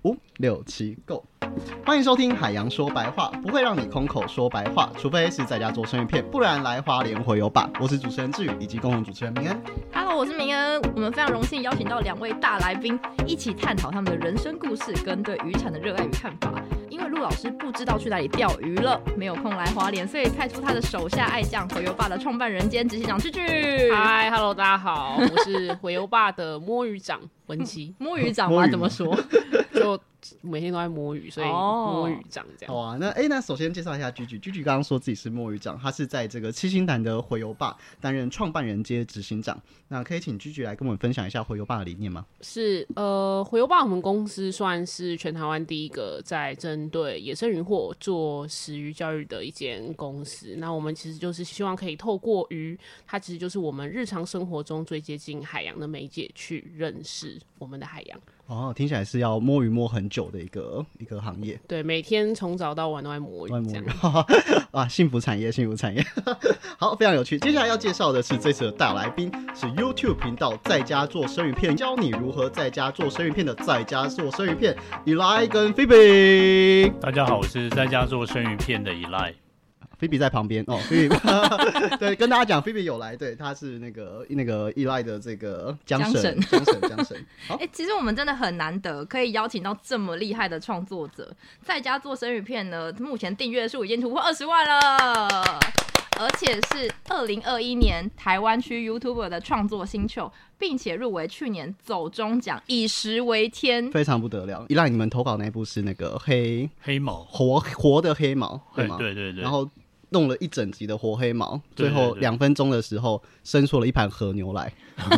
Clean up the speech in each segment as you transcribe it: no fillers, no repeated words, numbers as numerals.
567Go， 欢迎收听海洋说白话，不会让你空口说白话，除非是在家做生鱼片，不然来花莲回游吧。我是主持人志宇，以及共同主持人明恩。 Hello， 我是明恩。我们非常荣幸邀请到2位大来宾，一起探讨他们的人生故事跟对渔产的热爱与看法。因为陆老师不知道去哪里钓鱼了，没有空来花莲，所以派出他的手下爱将回游吧的创办人兼执行长句。 嗨 ，Hello， 大家好，我是回游吧的摸鱼长文琪。 摸鱼长吗？怎么说？ 就每天都在摸鱼，所以摸鱼长这样。 好啊，那首先介绍一下居居。居居刚刚说自己是摸鱼长，他是在这个七星潭的回游吧担任创办人兼执行长。那可以请居居来跟我们分享一下回游吧的理念吗？ 是回游吧我们公司算是全台湾第一个在针对野生渔获做食鱼教育的一间公司。那我们其实就是希望可以透过鱼，它其实就是我们日常生活中最接近海洋的媒介，去认识我们的海洋。 哦，听起来是要摸鱼摸很久的一个行业。 对，每天从早到晚都在摸鱼，这样啊，幸福产业，幸福产业。好，非常有趣。接下来要介绍的是这次的大来宾，是 YouTube 频道在家做生鱼片，教你如何在家做生鱼片的在家做生鱼片 Eli 跟 Phoebe。 大家好，我是在家做生鱼片的 Eli。Phoebe 在旁边哦，Phoebe 对，跟大家讲 ，Phoebe 有来，对，他是那个 Eli 的这个江神。好， 其实我们真的很难得可以邀请到这么厉害的创作者，在家做生鱼片呢，目前订阅数已经突破20万了，而且是2021年台湾区 YouTuber 的创作新秀，并且入围去年走中奖，以食为天， 非常不得了。Eli，你们投稿那一部是那个黑毛， 活的黑毛，对吗？ 对，然后弄了一整集的活黑毛，最后2分钟的时候伸出了一盘和牛来。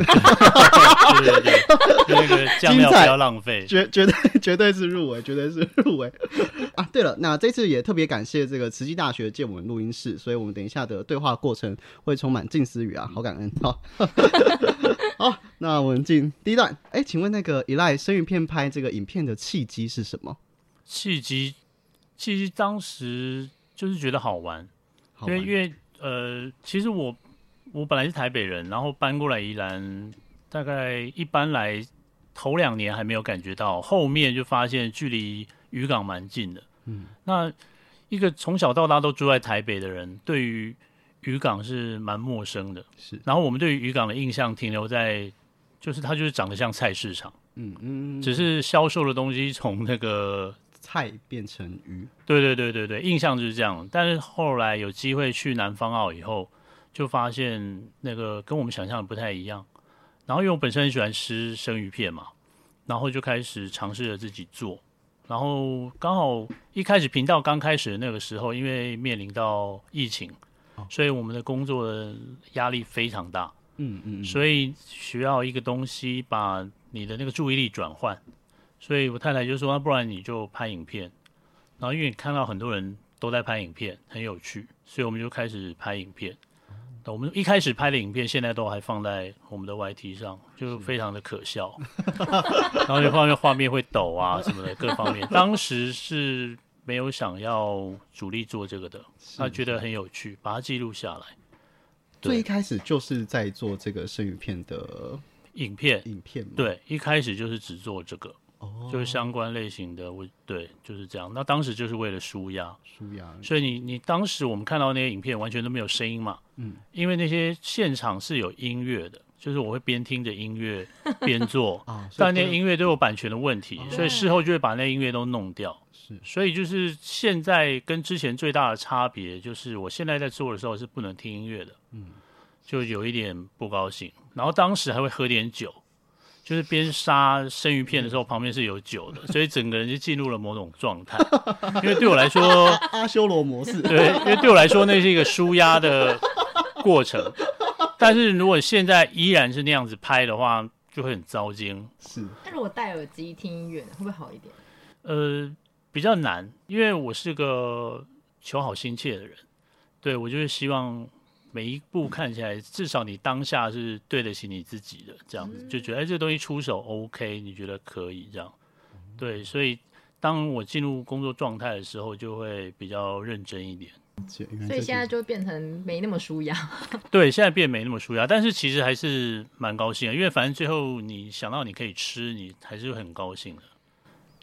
对，那个酱料不要浪费， 绝对是入围，绝对是入围啊！对了，那这次也特别感谢这个慈济大学借我们录音室，所以我们等一下的对话过程会充满近似语啊，好感恩。好，那我们进第一段。请问那个 Eli 生鱼片拍这个影片的契机是什么？ 契机当时就是觉得好玩。因为其实我本来是台北人，然后搬过来宜兰，大概一搬来头2年还没有感觉到，后面就发现距离渔港蛮近的。那一个从小到大都住在台北的人，对于渔港是蛮陌生的。是，然后我们对于渔港的印象停留在，就是它就是长得像菜市场，只是销售的东西从那个菜变成鱼， 对，印象就是这样。但是后来有机会去南方澳以后，就发现那个跟我们想象的不太一样。然后因为我本身很喜欢吃生鱼片嘛，然后就开始尝试着自己做。然后刚好一开始频道刚开始的那个时候，因为面临到疫情，所以我们的工作的压力非常大。所以需要一个东西把你的那个注意力转换。所以我太太就说，那不然你就拍影片。然后因为你看到很多人都在拍影片，很有趣，所以我们就开始拍影片。我们一开始拍的影片现在都还放在我们的 YT 上，就非常的可笑。然后就画面会抖啊什么的各方面。当时是没有想要主力做这个的，他觉得很有趣，把它记录下来。 最一开始就是在做这个生鱼片的影片吗？ 对，一开始就是只做这个。就是相关类型的，对，就是这样。那当时就是为了抒压，所以你当时我们看到那些影片完全都没有声音嘛，因为那些现场是有音乐的，就是我会边听着音乐边做，但那些音乐都有版权的问题，所以事后就会把那音乐都弄掉。所以就是现在跟之前最大的差别就是，我现在在做的时候是不能听音乐的，就有一点不高兴。然后当时还会喝点酒。就是边杀生鱼片的时候，旁边是有酒的，所以整个人就进入了某种状态。因为对我来说， 阿修罗模式， 对，因为对我来说那是一个抒压的过程。但是如果现在依然是那样子拍的话，就会很糟心。 是，那如果戴耳机听音乐，会不会好一点？ 比较难，因为我是个求好心切的人，对，我就是希望。每一步看起来，至少你当下是对得起你自己的，这样子就觉得这个东西出手 OK， 你觉得可以这样，对，所以当我进入工作状态的时候，就会比较认真一点。 所以现在就变成没那么舒压。 对，现在变没那么舒压，但是其实还是蛮高兴的，因为反正最后你想到你可以吃，你还是会很高兴的。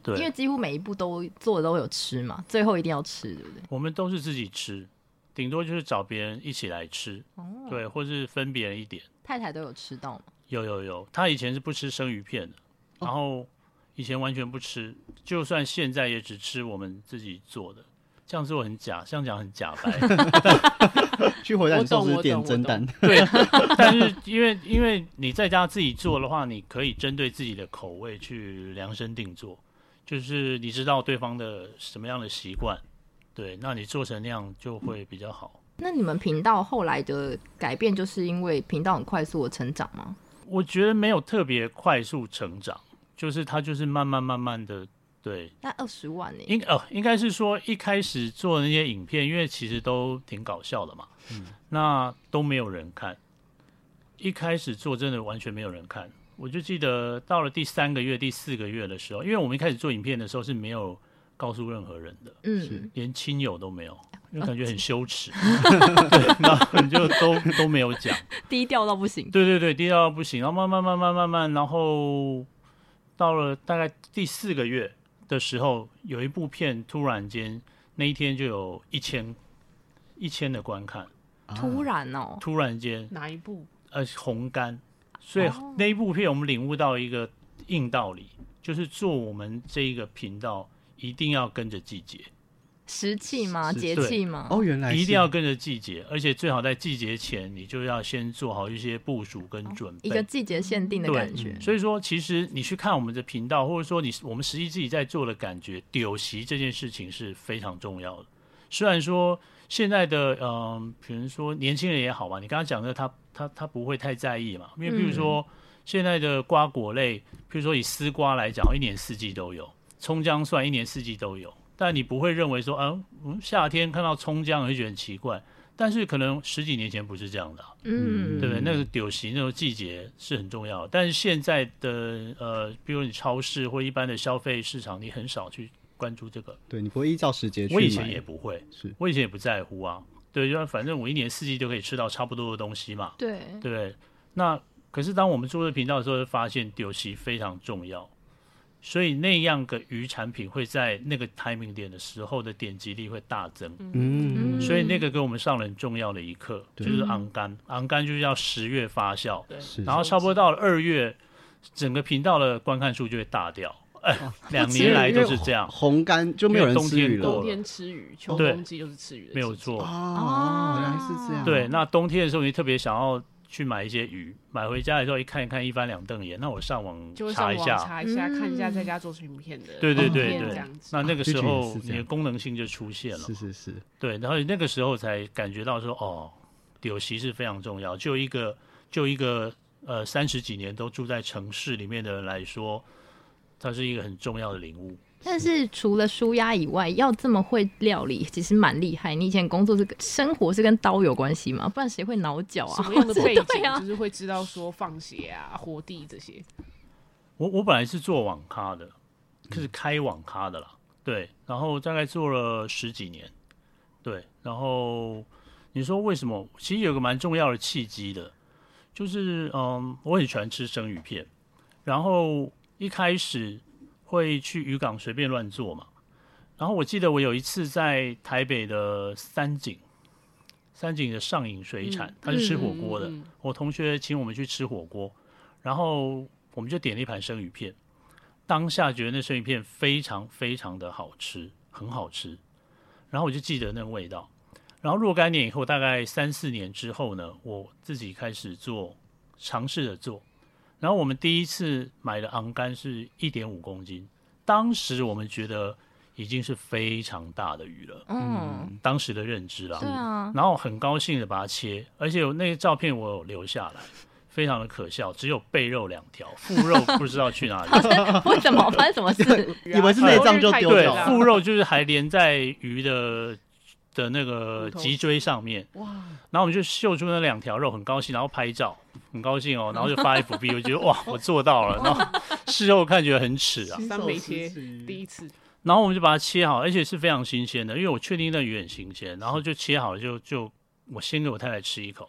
对， 因为几乎每一步都做的都有吃嘛，最后一定要吃，对不对？ 我们都是自己吃，顶多就是找别人一起来吃，对，或是分别人一点。 太太都有吃到吗？ 有，他以前是不吃生鱼片的，然后以前完全不吃，就算现在也只吃我们自己做的。这样做很假，这样讲很假白。 去回转寿司店蒸蛋， 对，但是因为你在家自己做的话，你可以针对自己的口味去量身定做，就是你知道对方的什么样的习惯，对，那你做成那样就会比较好。 那你们频道后来的改变，就是因为频道很快速的成长吗？ 我觉得没有特别快速成长，就是它就是慢慢的。对， 那20万呢？ 应该是说一开始做的那些影片，因为其实都挺搞笑的嘛，那都没有人看。一开始做真的完全没有人看，我就记得到了第3个月、第4个月的时候，因为我们一开始做影片的时候是没有告诉任何人的，连亲友都没有，因为感觉很羞耻，对，然后你就都没有讲， 低调到不行。 对，低调到不行，然后慢慢，然后到了大概第4个月的时候，有一部片突然间那一天就有1000的观看， 突然哦， 突然间哪一部？ 红干，所以那一部片我们领悟到一个硬道理，就是做我们这一个频道一定要跟着季节。 时气吗？节气吗？ 哦，原来是一定要跟着季节，而且最好在季节前你就要先做好一些部署跟准备， 一个季节限定的感觉。 所以说，其实你去看我们的频道，或者说我们实际自己在做的感觉，丢席这件事情是非常重要的。虽然说现在的比如说年轻人也好吧，你刚刚讲的他不会太在意嘛，因为比如说现在的瓜果类，比如说以丝瓜来讲，一年四季都有，葱姜蒜一年四季都有。但你不会认为说，夏天看到葱姜会觉得很奇怪，但是可能10几年前不是这样的，对不对？那个丢席那种季节是很重要的，但是现在的比如你超市或一般的消费市场，你很少去关注这个。 对，你不会依照时节去买。 我以前也不会， 是我以前也不在乎啊。对，就反正我一年四季都可以吃到差不多的东西嘛。 对， 对不对？那可是当我们做这频道的时候，就发现丢席非常重要。所以那样个鱼产品会在那个 timing 点的时候的点击率会大增，所以那个给我们上了很重要的一课，就是昂干，昂干就是要10月发酵，然后差不多到了2月，整个频道的观看数就会大掉。2年来都是这样， 红干就没有人吃鱼了， 冬天吃鱼，秋冬季就是吃鱼的， 没有错。 哦，原来是这样。 对，那冬天的时候你特别想要去买一些鱼，买回家的时候一看一看，一翻2瞪眼，那我上网查一下， 看一下在家做成影片的， 对， 这样子。 那个时候你的功能性就出现了， 是， 对，然后那个时候才感觉到说，丢席是非常重要。就一个30几年都住在城市里面的人来说，它是一个很重要的领悟。 但是除了舒压以外，要这么会料理，其实蛮厉害。你以前工作生活是跟刀有关系吗？不然谁会挠脚啊？ 什么样的背景就是会知道说放血啊、活地这些。 我本来是做网咖的，就是开网咖的啦，对，然后大概做了10几年，对，然后你说为什么？其实有个蛮重要的契机的，就是我很喜欢吃生鱼片，然后一开始会去渔港随便乱做嘛。然后我记得我有一次在台北的三井的上影水产，他是吃火锅的，我同学请我们去吃火锅，然后我们就点了一盘生鱼片，当下觉得那生鱼片非常非常的好吃，很好吃，然后我就记得那个味道。然后若干年以后，大概3、4年之后呢，我自己开始尝试着做。然后我们第一次买的昂干是1.5公斤，当时我们觉得已经是非常大的鱼了，当时的认知啦。 对啊。 然后很高兴的把它切，而且那个照片我有留下来，非常的可笑，只有背肉2条，腹肉不知道去哪里。 为什么？发生什么事？ 以为是内脏就丢掉了。 对，腹肉就是还连在鱼的那个脊椎上面。哇！然后我们就秀出那2条肉，很高兴，然后拍照，很高兴哦，然后就发 FB， 我觉得哇，我做到了。然后事后看觉得很耻啊， 三枚切第一次。 然后我们就把它切好，而且是非常新鲜的，因为我确定那鱼很新鲜，然后就切好就我先给我太太吃一口，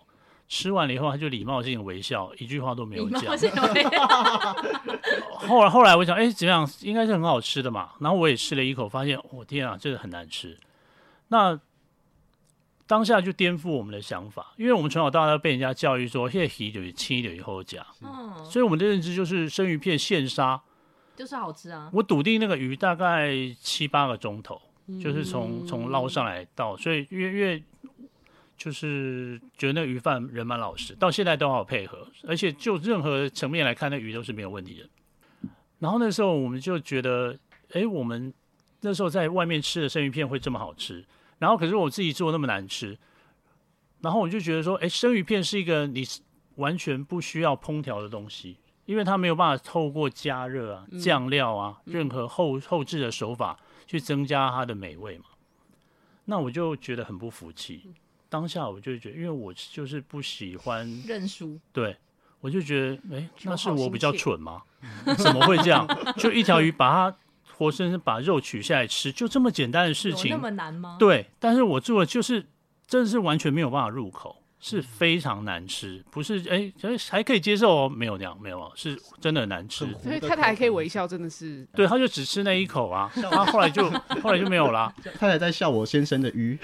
吃完了以后，他就礼貌性微笑，一句话都没有讲。 礼貌性微笑后来我想，怎么样，应该是很好吃的嘛。然后我也吃了一口，发现，我天啊，这个很难吃。那当下就颠覆我们的想法，因为我们从小到大被人家教育说，那鱼就是青的以后讲，所以我们的认知就是生鱼片现杀， 就是好吃啊。 我笃定那个鱼大概7-8个钟头，就是从捞上来到，所以因为就是觉得那个鱼贩人蛮老实，到现在都好配合，而且就任何层面来看，那鱼都是没有问题的。然后那时候我们就觉得，我们那时候在外面吃的生鱼片会这么好吃。然后可是我自己做那么难吃，然后我就觉得说，生鱼片是一个你完全不需要烹调的东西，因为它没有办法透过加热啊、酱料啊、任何后置的手法去增加它的美味嘛。那我就觉得很不服气。当下我就觉得，因为我就是不喜欢认输， 对，我就觉得，那是我比较蠢吗？怎么会这样？就一条鱼把它活生生把肉取下来吃，就这么简单的事情， 有那么难吗？ 对，但是我做的就是真的是完全没有办法入口，是非常难吃，不是还可以接受哦，没有那样，没有，是真的很难吃。 所以太太还可以微笑，真的是对，他就只吃那一口啊，他后来就没有啦。 太太在笑我先生的鱼，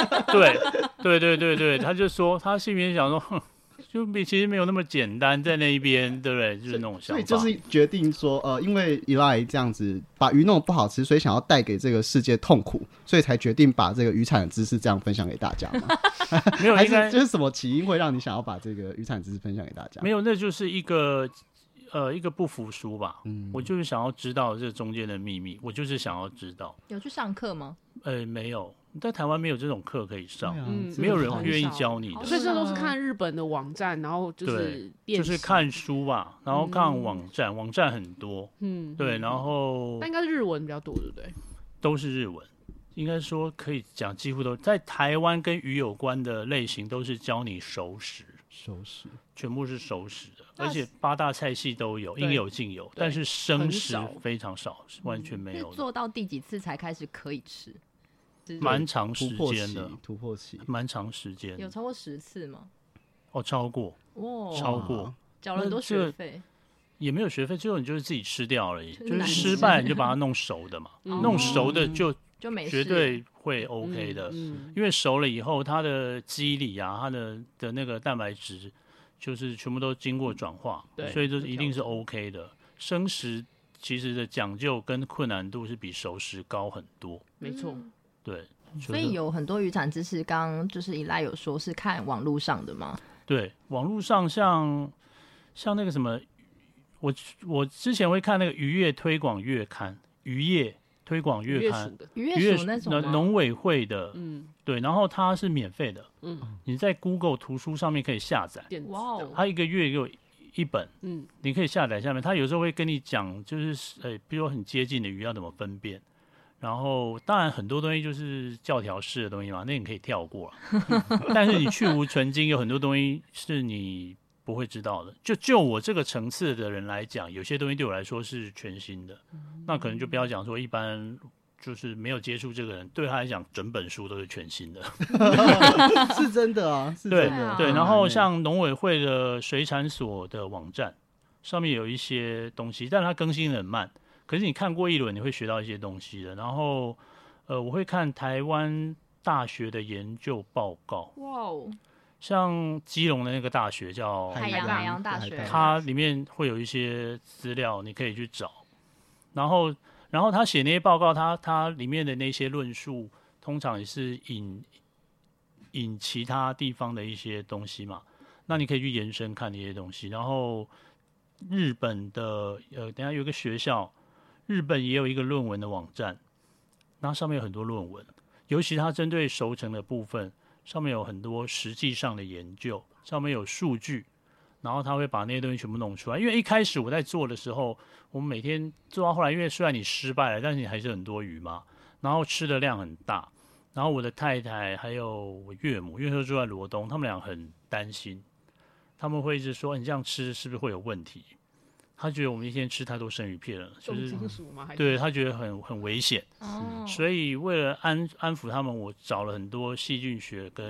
对，他就说他心里面想说，哼。就其实没有那么简单，在那一边，对不对？就是那种想法。 所以就是决定说，因为Eli这样子把鱼弄得不好吃，所以想要带给这个世界痛苦，所以才决定把这个渔产的知识这样分享给大家嘛。 没有， 还是就是什么起因会让你想要把这个渔产知识分享给大家？ 没有，那就是一个不服输吧。我就是想要知道这中间的秘密，我就是想要知道。 有去上课吗？ 没有，在台湾没有这种课可以上，没有人愿意教你的。 所以这都是看日本的网站，然后就是练习， 就是看书吧，然后看网站很多，对，然后那应该是日文比较多，对不对？ 都是日文，应该说可以讲，几乎都在台湾跟鱼有关的类型都是教你熟食，全部是熟食的，而且8大菜系都有，应有尽有，但是生食非常少，完全没有。 做到第几次才开始可以吃？ 蛮长时间的突破期， 蛮长时间。 有超过10次吗？ 超过，超过， 缴了很多学费。 也没有学费，最后你就是自己吃掉而已，就是失败你就把它弄熟的嘛，弄熟的就没事， 绝对会 OK 的，因为熟了以后，它的肌理啊，它的那个蛋白质，就是全部都经过转化，所以这一定是 OK 的。生食其实的讲究跟困难度是比熟食高很多， 没错。 对， 所以有很多渔产知识，刚刚就是Eli有说是看网络上的吗？ 对，网络上像那个什么，我之前会看那个渔业推广月刊，渔业推广月刊， 渔业署那种农委会的，对，然后它是免费的，你在 Google 图书上面可以下载， 哇哦， 它一个月有一本，你可以下载下面，它有时候会跟你讲，就是比如说很接近的鱼要怎么分辨。然后，当然很多东西就是教条式的东西嘛，那你可以跳过了。但是你去无存精，有很多东西是你不会知道的。就我这个层次的人来讲，有些东西对我来说是全新的。那可能就不要讲说一般就是没有接触这个人，对他来讲整本书都是全新的。 是真的啊，是真的。 对。然后像农委会的水产所的网站上面有一些东西，但它更新得很慢。可是你看过一轮，你会学到一些东西的。然后，我会看台湾大学的研究报告。哇哦！像基隆的那个大学叫海洋大学， 它里面会有一些资料，你可以去找。然后他写那些报告，他里面的那些论述，通常也是引其他地方的一些东西嘛。那你可以去延伸看那些东西。然后日本的等一下有一个学校。日本也有一个论文的网站，那上面有很多论文，尤其它针对熟成的部分，上面有很多实际上的研究，上面有数据，然后他会把那些东西全部弄出来。因为一开始我在做的时候，我们每天做到后来，因为虽然你失败了，但是你还是很多鱼嘛，然后吃的量很大，然后我的太太还有我岳母，因为都住在罗东，他们俩很担心，他们会一直说你这样吃是不是会有问题？他觉得我们一天吃太多生鱼片了，就是重金属吗？ 对他觉得很危险，所以为了安抚他们，我找了很多细菌学跟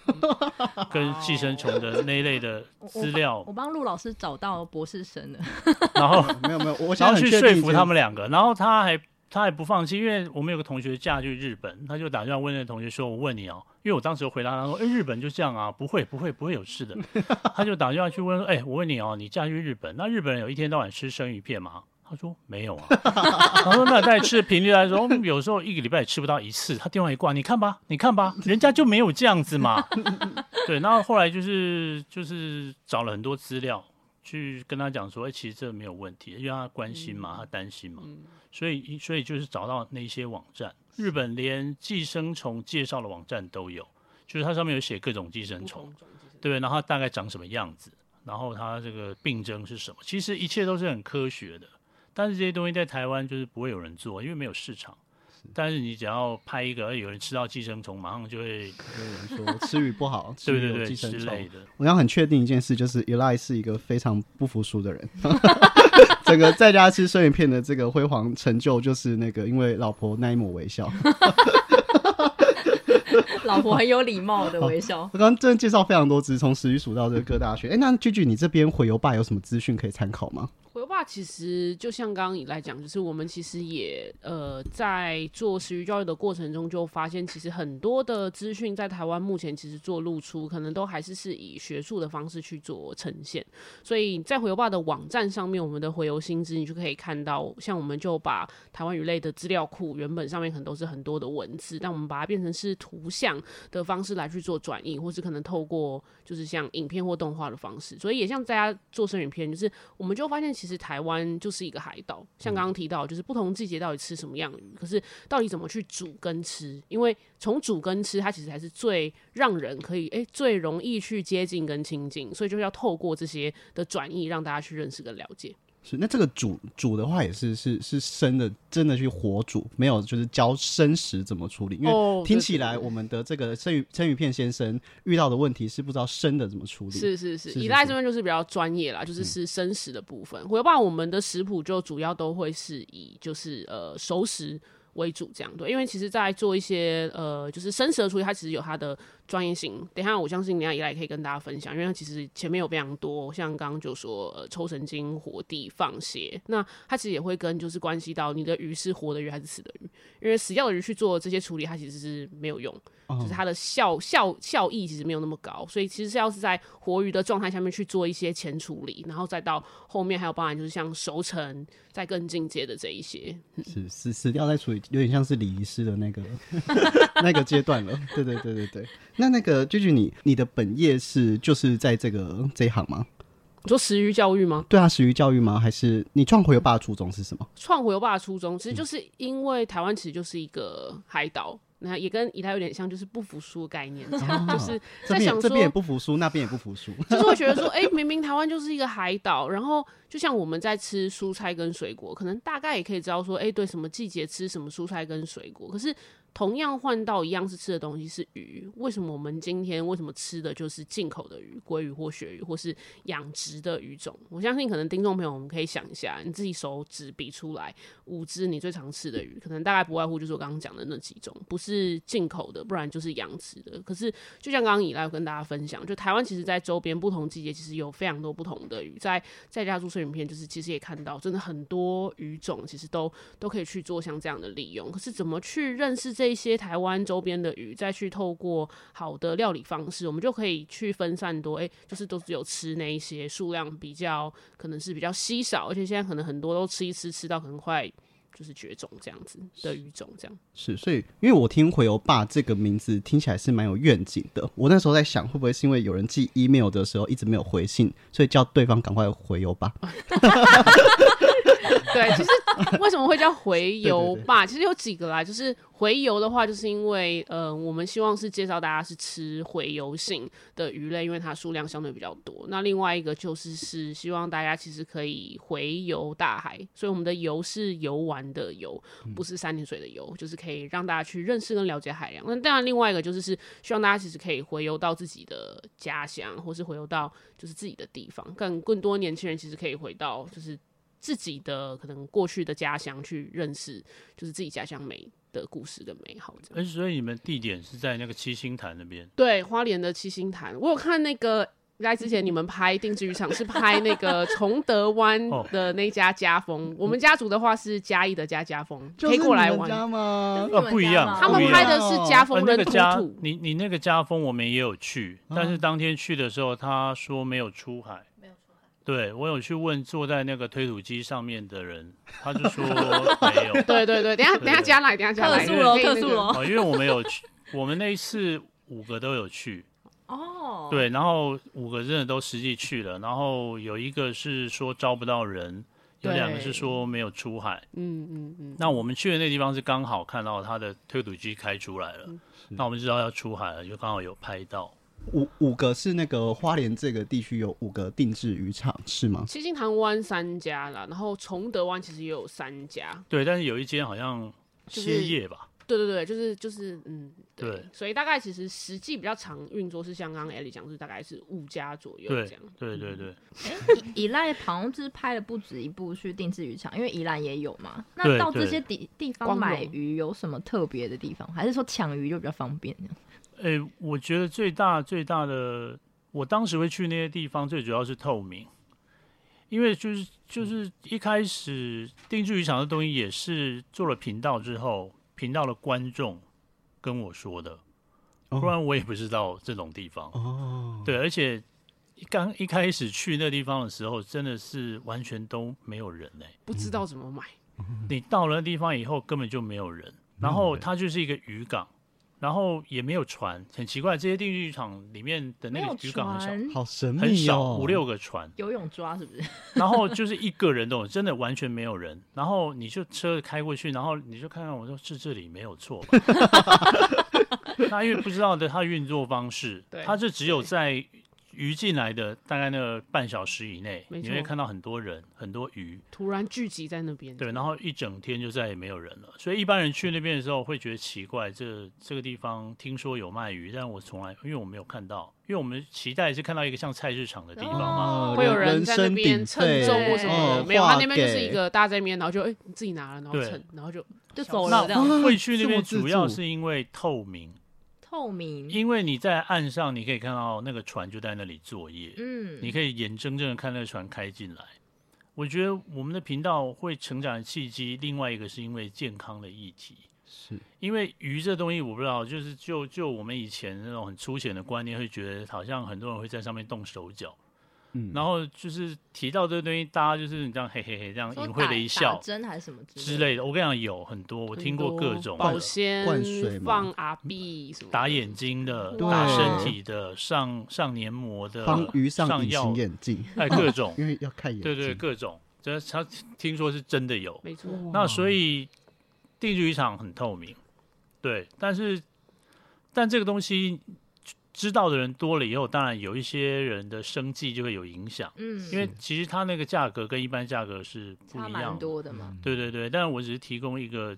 跟寄生虫的那一类的资料， 我帮陆老师找到博士生了， 然后没有，我然后去说服他们们两个，然后他还不放弃，因为我们有个同学嫁去日本，他就打电话问那个同学说：“我问你哦，因为我当时回答他说，日本就这样啊，不会有事的。”他就打电话去问说：“我问你哦，你嫁去日本，那日本人有一天到晚吃生鱼片吗？”他说没有啊。他说那大概吃的频率来说，有时候一个礼拜也吃不到一次。他电话一挂，你看吧，人家就没有这样子嘛。对，然后后来就是找了很多资料去跟他讲说，其实这没有问题，因为他关心嘛，他担心嘛，所以就是找到那些网站，日本连寄生虫介绍的网站都有，就是它上面有写各种寄生虫，对，然后它大概长什么样子，然后它这个病症是什么，其实一切都是很科学的。但是这些东西在台湾就是不会有人做，因为没有市场。但是你只要拍一个，有人吃到寄生虫，马上就会有人说吃鱼不好， 对对对寄生虫之类的。 我要很确定一件事，就是 Eli 是一个非常不服输的人。整个在家吃生鱼片的这个辉煌成就，就是那个因为老婆那一抹微笑。 老婆很有礼貌的微笑。 我刚刚真的介绍非常多，只是从食鱼数到这个各大学。那Gigi你这边回游吧有什么资讯可以参考吗？ 回游吧其实就像刚刚以来讲，就是我们其实也在做食鱼教育的过程中，就发现其实很多的资讯在台湾目前其实做露出，可能都还是以学术的方式去做呈现。所以在回游吧的网站上面，我们的回游新知你就可以看到，像我们就把台湾鱼类的资料库原本上面可能都是很多的文字，但我们把它变成是图像的方式来去做转译，或是可能透过就是像影片或动画的方式。所以也像大家做生鱼片，就是我们就发现其实台湾就是一个海岛，像刚刚提到就是不同季节到底吃什么样的鱼，可是到底怎么去煮跟吃，因为从煮跟吃它其实还是最让人可以最容易去接近跟亲近，所以就要透过这些的转译让大家去认识跟了解。 是，那这个煮的话也是生的，真的去火煮，没有就是教生食怎么处理。因为听起来我们的这个生鱼片先生遇到的问题是不知道生的怎么处理。 是，以来这边就是比较专业啦，就是生食的部分。回游吧我们的食谱就主要都会是以就是熟食为主这样，对，因为其实在做一些就是生食的处理，它其实有它的专业性。等一下我相信等一下以来也可以跟大家分享，因为它其实前面有非常多，像刚刚就说抽神经、火地、放血，那它其实也会跟就是关系到你的鱼是活的鱼还是死的鱼，因为死掉的鱼去做这些处理，它其实是没有用，就是它的效益其实没有那么高，所以其实是要是在活鱼的状态下面去做一些前处理，然后再到后面还有包含就是像熟成再更进阶的这一些， 是死掉再处理，有点像是礼仪师的那个那个阶段了。对。那个Gigi你的本业就是在这一行吗？ 你说食鱼教育吗？ 对啊，食鱼教育吗？还是你创回游吧的初衷是什么？ 创回游吧的初衷其实就是因为台湾其实就是一个海岛，那也跟以台有点像，就是不服输的概念，就是在想说这边也不服输，那边也不服输， 就是会觉得说，明明台湾就是一个海岛，然后就像我们在吃蔬菜跟水果，可能大概也可以知道说，对什么季节吃什么蔬菜跟水果，可是同样换到一样是吃的东西是鱼，为什么我们今天为什么吃的就是进口的鱼，鲑鱼或鳕鱼或是养殖的鱼种？我相信可能听众朋友我们可以想一下，你自己手指比出来5只你最常吃的鱼，可能大概不外乎就是我刚刚讲的那几种，不是进口的，不然就是养殖的。可是就像刚刚以来跟大家分享，就台湾其实在周边不同季节其实有非常多不同的鱼，在家做生鱼片就是其实也看到真的很多鱼种其实都可以去做像这样的利用，可是怎么去认识这一些台湾周边的鱼，再去透过好的料理方式，我们就可以去分散多，就是都只有吃那一些数量比较可能是比较稀少，而且现在可能很多都吃一吃到可能快就是绝种这样子的鱼种，这样是。所以因为我听回游吧这个名字听起来是蛮有愿景的，我那时候在想会不会是因为有人寄 email 的时候一直没有回信，所以叫对方赶快回游吧。 对，其实为什么会叫回游吧？其实有几个啦，就是回游的话，就是因为我们希望是介绍大家是吃回游性的鱼类，因为它数量相对比较多。那另外一个就是希望大家其实可以回游大海，所以我们的游是游玩的游，不是三点水的游，就是可以让大家去认识跟了解海洋。那当然，另外一个就是希望大家其实可以回游到自己的家乡，或是回游到就是自己的地方，更多年轻人其实可以回到就是自己的可能过去的家乡去认识，就是自己家乡美的故事跟美好这样。 所以你们地点是在那个七星潭那边？ 对，花莲的七星潭，我有看那个。来之前你们拍定制渔场是拍那个崇德湾的那家家风，我们家族的话是嘉义的家风，可以过来玩。 家吗？ 不一样， 他们拍的是家风人土土。 你那个家风我们也有去，但是当天去的时候他说没有出海。对，我有去问坐在那个推土机上面的人，他就说没有。 对，等一下加来，特殊咯。 因为我们有去，我们那一次5个都有去。对，然后5个真的都实际去了，然后有一个是说招不到人，有2个是说没有出海。那我们去的那地方是刚好看到他的推土机开出来了，那我们知道要出海了，就刚好有拍到。 五个是那个花莲这个地区有5个定制渔场是吗？ 七星潭湾3家啦，然后崇德湾其实也有3家。 对，但是有一间好像歇业吧。 对，就是对， 所以大概其实实际比较常运作是像刚刚 Ellie 讲，是大概是5家左右这样。 对。 宜兰好像就是拍了不止一部去定制渔场，因为宜兰也有嘛。那到这些地方买鱼有什么特别的地方，还是说抢鱼就比较方便呢？ 我觉得最大的，我当时会去那些地方，最主要是透明。因为就是一开始定制渔场的东西也是做了频道之后，频道的观众跟我说的，不然我也不知道这种地方。对，而且一开始去那地方的时候，真的是完全都没有人不知道怎么买。 你到了那地方以后，根本就没有人，然后它就是一个渔港。然后也没有船，很奇怪，这些定制渔场里面的那个渔港很少，好神秘很少，5、6个船， 游泳抓是不是？ 然后就是一个人都真的完全没有人，然后你就车开过去，然后你就看看，我说是这里没有错吧？那因为不知道的它运作方式，它是只有在鱼进来的大概那个半小时以内，你会看到很多人、很多鱼突然聚集在那边， 对，然后一整天就再也没有人了。所以一般人去那边的时候会觉得奇怪，这个地方听说有卖鱼，但我从来因为我没有看到，因为我们期待是看到一个像菜市场的地方嘛， 会有人在那边称重或什么的，没有，他那边就是一个大家在那边，然后就你自己拿了，然后称，然后就走了。 那会去那边主要是因为透明。因为你在岸上，你可以看到那个船就在那里作业，你可以眼睁睁的看那个船开进来。我觉得我们的频道会成长的契机，另外一个是因为健康的议题， 是因为鱼这东西我不知道，就是就我们以前那种很粗浅的观念，会觉得好像很多人会在上面动手脚。然后就是提到这个东西，大家就是你这样嘿嘿嘿这样隐晦的一笑， 打针还是什么之类的。我跟你讲，有很多我听过各种保鲜、 灌水、 放阿碧什么打眼睛的、打身体的、上黏膜的、 帮鱼上隐形眼镜， 各种， 因为要看眼睛。 对，各种，这他听说是真的有， 没错。 那所以定制渔场很透明，对，但这个东西。知道的人多了以后，当然有一些人的生计就会有影响，因为其实它那个价格跟一般价格是不一样的， 差蛮多的嘛。 对，但是我只是提供一个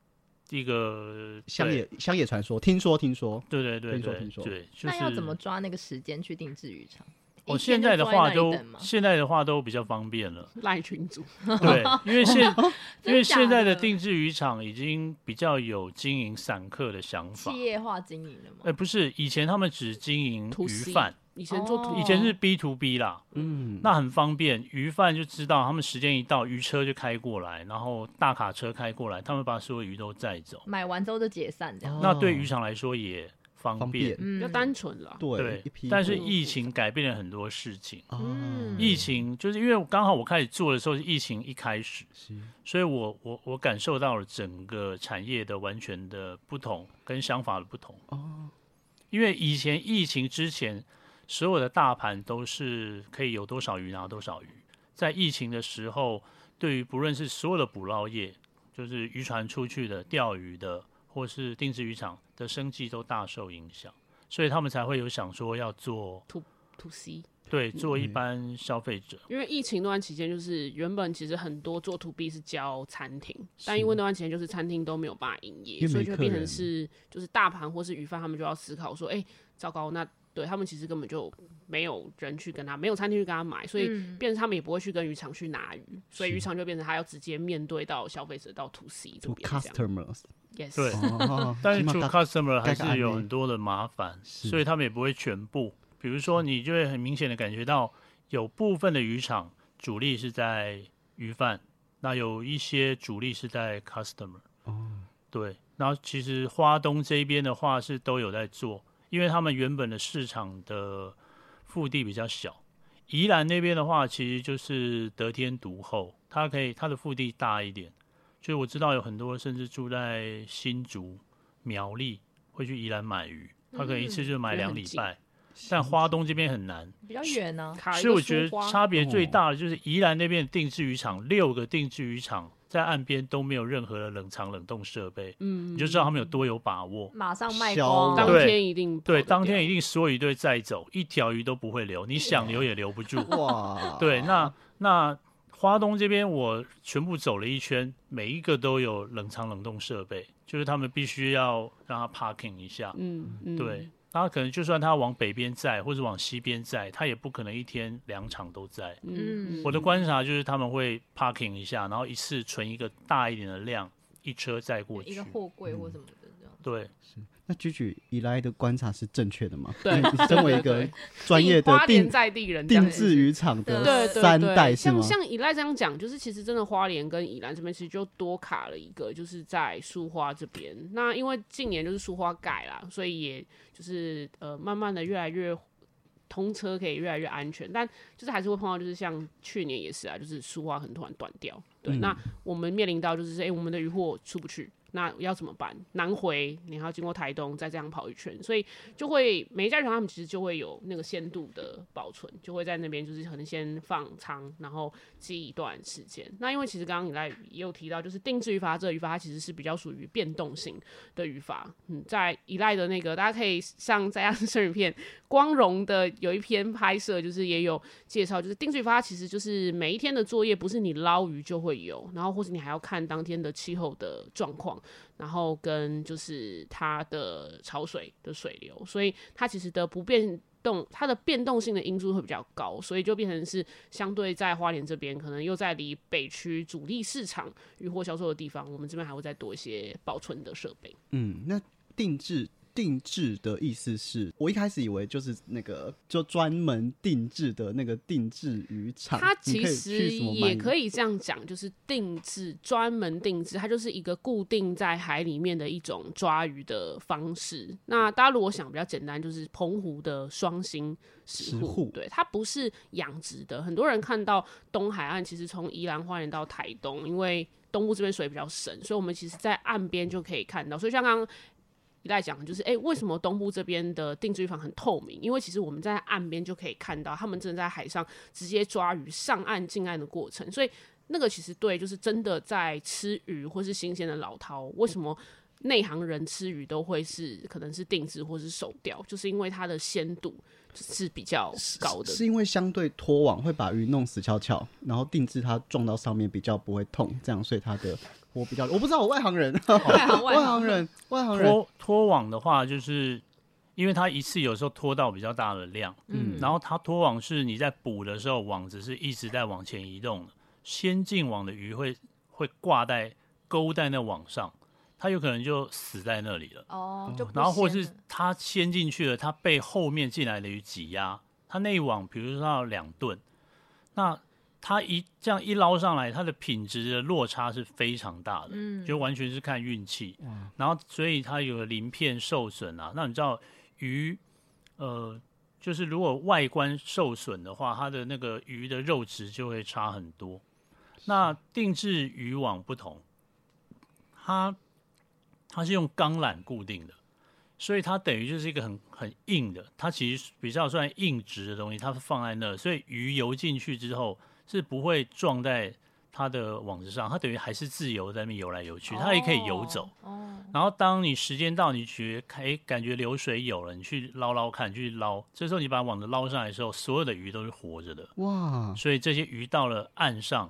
乡野传说，听说， 对， 听说。 那要怎么抓那个时间去定制渔场？ 现在的话都比较方便了， 赖群组。 对，因为现在的定制渔场已经比较有经营散客的想法， 企业化经营了吗？ 不是，以前他们只经营鱼贩， 以前做以前是 B to B 啦，那很方便，鱼贩就知道他们时间一到，鱼车就开过来，然后大卡车开过来，他们把所有鱼都载走， 买完之后就解散这样。 那对渔场来说也方便， 比较单纯啦。 对，但是疫情改变了很多事情。疫情就是因为刚好我开始做的时候是疫情一开始，所以我感受到了整个产业的完全的不同跟想法的不同。因为以前疫情之前，所有的大盘都是可以有多少鱼拿多少鱼，在疫情的时候，对于不论是所有的捕捞业，就是渔船出去的、钓鱼的，或是定制渔场的生计都大受影响，所以他们才会有想说要做 to C， 对，做一般消费者。 因为疫情那段期间，就是原本其实很多做 to B 是教餐厅，但因为那段期间就是餐厅都没有办法营业，所以就变成是就是大盘或是鱼贩他们就要思考说，糟糕，那对他们其实根本就没有人去跟他，没有餐厅去跟他买，所以变成他们也不会去跟渔场去拿鱼，所以渔场就变成他要直接面对到消费者到 to C 这 to 边 customers。 Yes， 对，但是 to customer 还是有很多的麻烦，所以他们也不会全部。比如说，你就会很明显的感觉到，有部分的渔场主力是在鱼贩，那有一些主力是在 customer。对。然后其实花东这边的话是都有在做，因为他们原本的市场的腹地比较小。宜兰那边的话，其实就是得天独厚，它的腹地大一点。所以我知道有很多甚至住在新竹、苗栗会去宜兰买鱼，他可能一次就买2礼拜。但花东这边很难， 比较远呢。 所以我觉得差别最大的就是宜兰那边的定制渔场，6个定制渔场在岸边都没有任何的冷藏冷冻设备，你就知道他们有多有把握， 马上卖光， 当天一定对，当天一定所有鱼都载走，一条鱼都不会留，你想留也留不住。 哇， 对，那花东这边我全部走了一圈，每一个都有冷藏冷冻设备，就是他们必须要让它 parking 一下，对。然后可能就算他往北边载或者往西边载，他也不可能一天2场都载。我的观察就是他们会 parking 一下，然后一次存一个大一点的量，一车载过去， 一个货柜或什么的这样。 对， 是。那居以来的观察是正确的吗？ 对， 你身为一个专业的花莲在地人， 定制渔场的3代是吗？ 像以来这样讲，就是其实真的花莲跟宜兰这边其实就多卡了一个，就是在苏花这边。那因为近年就是苏花改啦，所以也就是慢慢的越来越通车，可以越来越安全，但就是还是会碰到，就是像去年也是啊，就是苏花很突然断掉。对，那我们面临到就是我们的渔获出不去。那要怎么办？南回你还要经过台东，再这样跑一圈，所以就会每一家渔场他们其实就会有那个鲜度的保存，就会在那边就是可能先放仓，然后积一段时间。那因为其实刚刚以来也有提到，就是定制渔法这个渔法它其实是比较属于变动性的渔法。在以来的那个大家可以上在亚生鱼片光荣的有一篇拍摄，就是也有介绍，就是定制渔法它其实就是每一天的作业不是你捞鱼就会有，然后或是你还要看当天的气候的状况。然后跟就是它的潮水的水流，所以它其实的不变动，它的变动性的因素会比较高，所以就变成是相对在花莲这边，可能又在离北区主力市场渔获销售的地方，我们这边还会再多一些保存的设备。 那定制的意思是我一开始以为就是那个就专门定制的那个定制渔场， 它其实也可以这样讲，就是定制专门定制，它就是一个固定在海里面的一种抓鱼的方式。那大家如果想比较简单，就是澎湖的双星石沪，对，它不是养殖的。很多人看到东海岸，其实从宜兰花莲到台东，因为东部这边水比较深，所以我们其实在岸边就可以看到。所以像刚刚一来讲，就是为什么东部这边的定制渔房很透明？因为其实我们在岸边就可以看到他们真的在海上直接抓鱼上岸进岸的过程，所以那个其实对，就是真的在吃鱼或是新鲜的老饕，为什么内行人吃鱼都会是可能是定制或是手钓，就是因为它的鲜度是比较高的， 是因为相对拖网会把鱼弄死翘翘，然后定制它撞到上面比较不会痛，这样所以它的我比较我不知道，我外行人外行人拖网的话，就是因为它一次有时候拖到比较大的量，然后它拖网是你在捕的时候，网子是一直在往前移动的，先进网的鱼会挂在勾在那网上。它有可能就死在那里了，然后或是它先进去了，它被后面进来的鱼挤压，它那一网比如说它有2吨，那它这样一捞上来，它的品质的落差是非常大的，就完全是看运气，然后所以它有鳞片受损啊，那你知道鱼就是如果外观受损的话，它的那个鱼的肉质就会差很多。那定制渔网不同，它是用钢缆固定的，所以它等于就是一个很硬的，它其实比较算硬质的东西，它放在那，所以鱼游进去之后是不会撞在它的网子上，它等于还是自由在那边游来游去，它也可以游走。然后当你时间到，你感觉流水有了，你去捞看，去捞，这时候你把网子捞上来的时候，所有的鱼都是活着的，哇！所以这些鱼到了岸上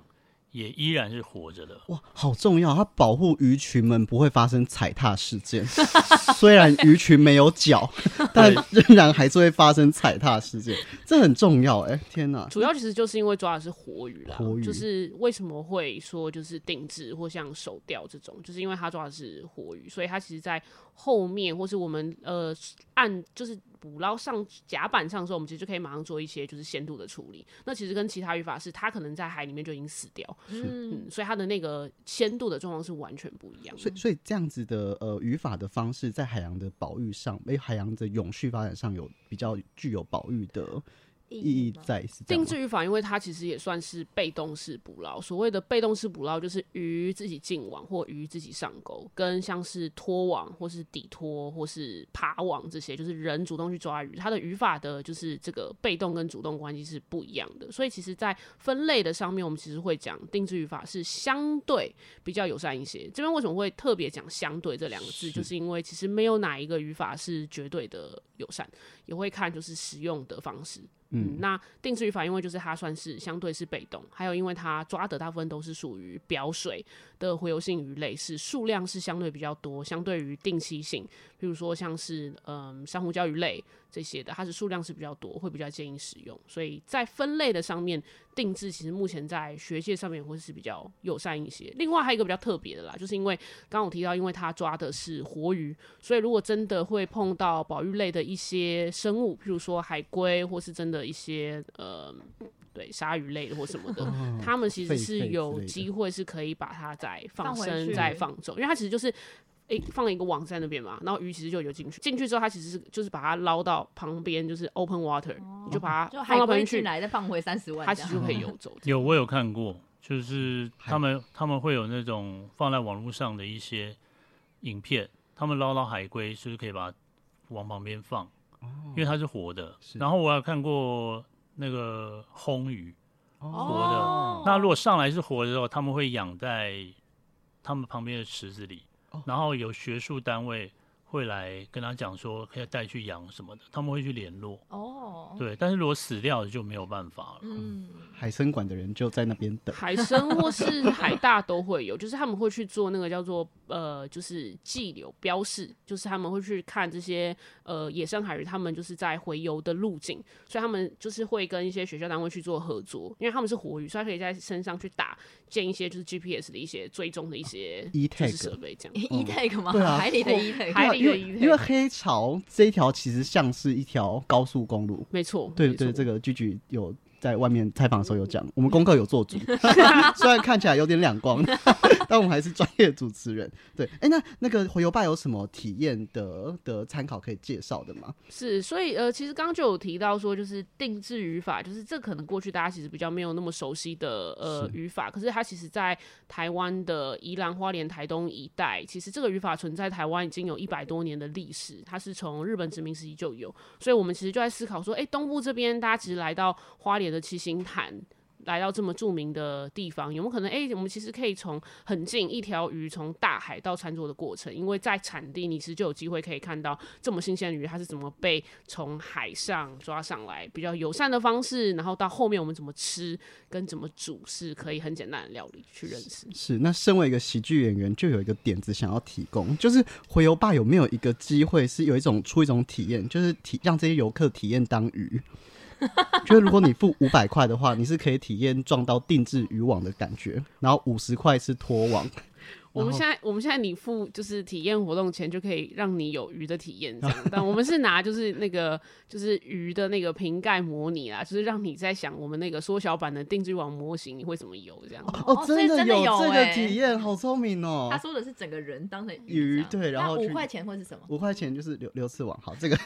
也依然是活着的。 哇，好重要！它保护鱼群们不会发生踩踏事件。虽然鱼群没有脚，但仍然还是会发生踩踏事件，这很重要。天哪！ 主要其实就是因为抓的是活鱼啦， 活鱼就是为什么会说就是定制或像手钓这种，就是因为它抓的是活鱼，所以它其实在后面或是我们按就是捕捞上甲板上的时候，我们其实就可以马上做一些就是鲜度的处理。那其实跟其他渔法是，它可能在海里面就已经死掉，所以它的那个鲜度的状况是完全不一样的。 所以这样子的渔法的方式，在海洋的保育上，海洋的永续发展上有比较具有保育的意义在，是这样吗？ 定制渔法，因为它其实也算是被动式捕捞。所谓的被动式捕捞，就是鱼自己进网或鱼自己上钩，跟像是拖网或是底拖或是爬网这些，就是人主动去抓鱼，它的渔法的就是这个被动跟主动关系是不一样的。所以其实在分类的上面，我们其实会讲定制渔法是相对比较友善一些。这边为什么会特别讲相对这两个字，就是因为其实没有哪一个渔法是绝对的友善，也会看就是使用的方式。那定制渔法因为就是它算是相对是被动，还有因为它抓的大部分都是属于表水的洄游性鱼类，是数量是相对比较多，相对于定期性，比如说像是珊瑚礁鱼类这些的，它是数量是比较多，会比较建议使用。所以在分类的上面，定制其实目前在学界上面会是比较友善一些。另外还有一个比较特别的啦，就是因为刚刚我提到，因为它抓的是活鱼，所以如果真的会碰到保育类的一些生物，譬如说海龟，或是真的一些对鲨鱼类的或什么的，他们其实是有机会是可以把它再放生再放走，因为它其实就是放了一个网在那边嘛，然后鱼其实就游进去之后，它其实是就是把它捞到旁边，就是 open water，你就把它放到旁边去， 进来再放回30万， 它其实就可以游走。 我有看过，就是他们会有那种放在网络上的一些影片，他们捞到海龟就是可以把它往旁边放，因为它是活的。然后我有看过那个烘鱼，活的。那如果上来是活的时候，他们会养在他们旁边的池子里，然后有学术单位会来跟他讲说可以带去养什么的，他们会去联络。对，但是如果死掉的就没有办法了。 海参馆的人就在那边等， 海参或是海大都会有，就是他们会去做那个叫做就是寄流标示，就是他们会去看这些野生海鱼，他们就是在回游的路径，所以他们就是会跟一些学校单位去做合作，因为他们是活鱼，所以他可以在身上去建一些就是 GPS 的一些追踪的一些就是设备这样。 E-tag 吗？ 对啊， 海里的 E-tag， 海里的 E-tag， 因为黑潮这一条其实像是一条高速公路， 没错。 对，这个Gigi有在外面采访的时候有讲，我们功课有做足，虽然看起来有点两光，但我们还是专业主持人。对，那个洄游吧有什么体验的参考可以介绍的吗？ 是，所以其实刚刚就有提到说，就是定制渔法，就是这可能过去大家其实比较没有那么熟悉的渔法，可是它其实在台湾的宜兰、花莲、台东一带，其实这个渔法存在台湾已经有100多年的历史，它是从日本殖民时期就有，所以我们其实就在思考说，东部这边大家其实来到花莲的七星潭，来到这么著名的地方，有没有可能我们其实可以从很近一条鱼从大海到餐桌的过程，因为在产地你其实就有机会可以看到这么新鲜的鱼它是怎么被从海上抓上来，比较友善的方式，然后到后面我们怎么吃跟怎么煮是可以很简单的料理去认识。 是，那身为一个喜剧演员，就有一个点子想要提供，就是洄游吧有没有一个机会是出一种体验，就是让这些游客体验当鱼。就是如果你付500块的话，你是可以体验撞到定制渔网的感觉，然后50块是拖网。 我们现在你付就是体验活动钱就可以让你有鱼的体验这样，但我们是拿就是那个就是鱼的那个瓶盖模拟啦，就是让你在想我们那个缩小版的定制渔网模型你会怎么游这样。 真的有这个体验，好聪明哦。 他说的是整个人当成鱼，对，然后 5块钱会是什么？5 块钱就是流刺网。好，这个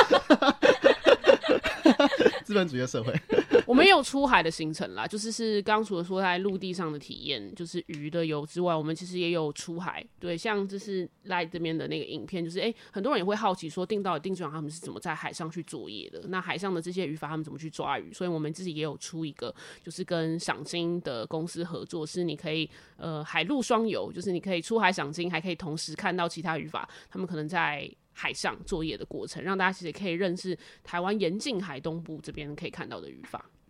资本主义的社会。 我们也有出海的行程啦，就是刚除了说在陆地上的体验，就是鱼的游之外，我们其实也有出海。对，像就是来这边的那个影片，就是很多人也会好奇说，定制网他们是怎么在海上去作业的？那海上的这些渔法他们怎么去抓鱼？所以我们自己也有出一个，就是跟赏金的公司合作，是你可以海陆双游，就是你可以出海赏金，还可以同时看到其他渔法他们可能在海上作业的过程，让大家其实可以认识台湾沿近海东部这边可以看到的渔法。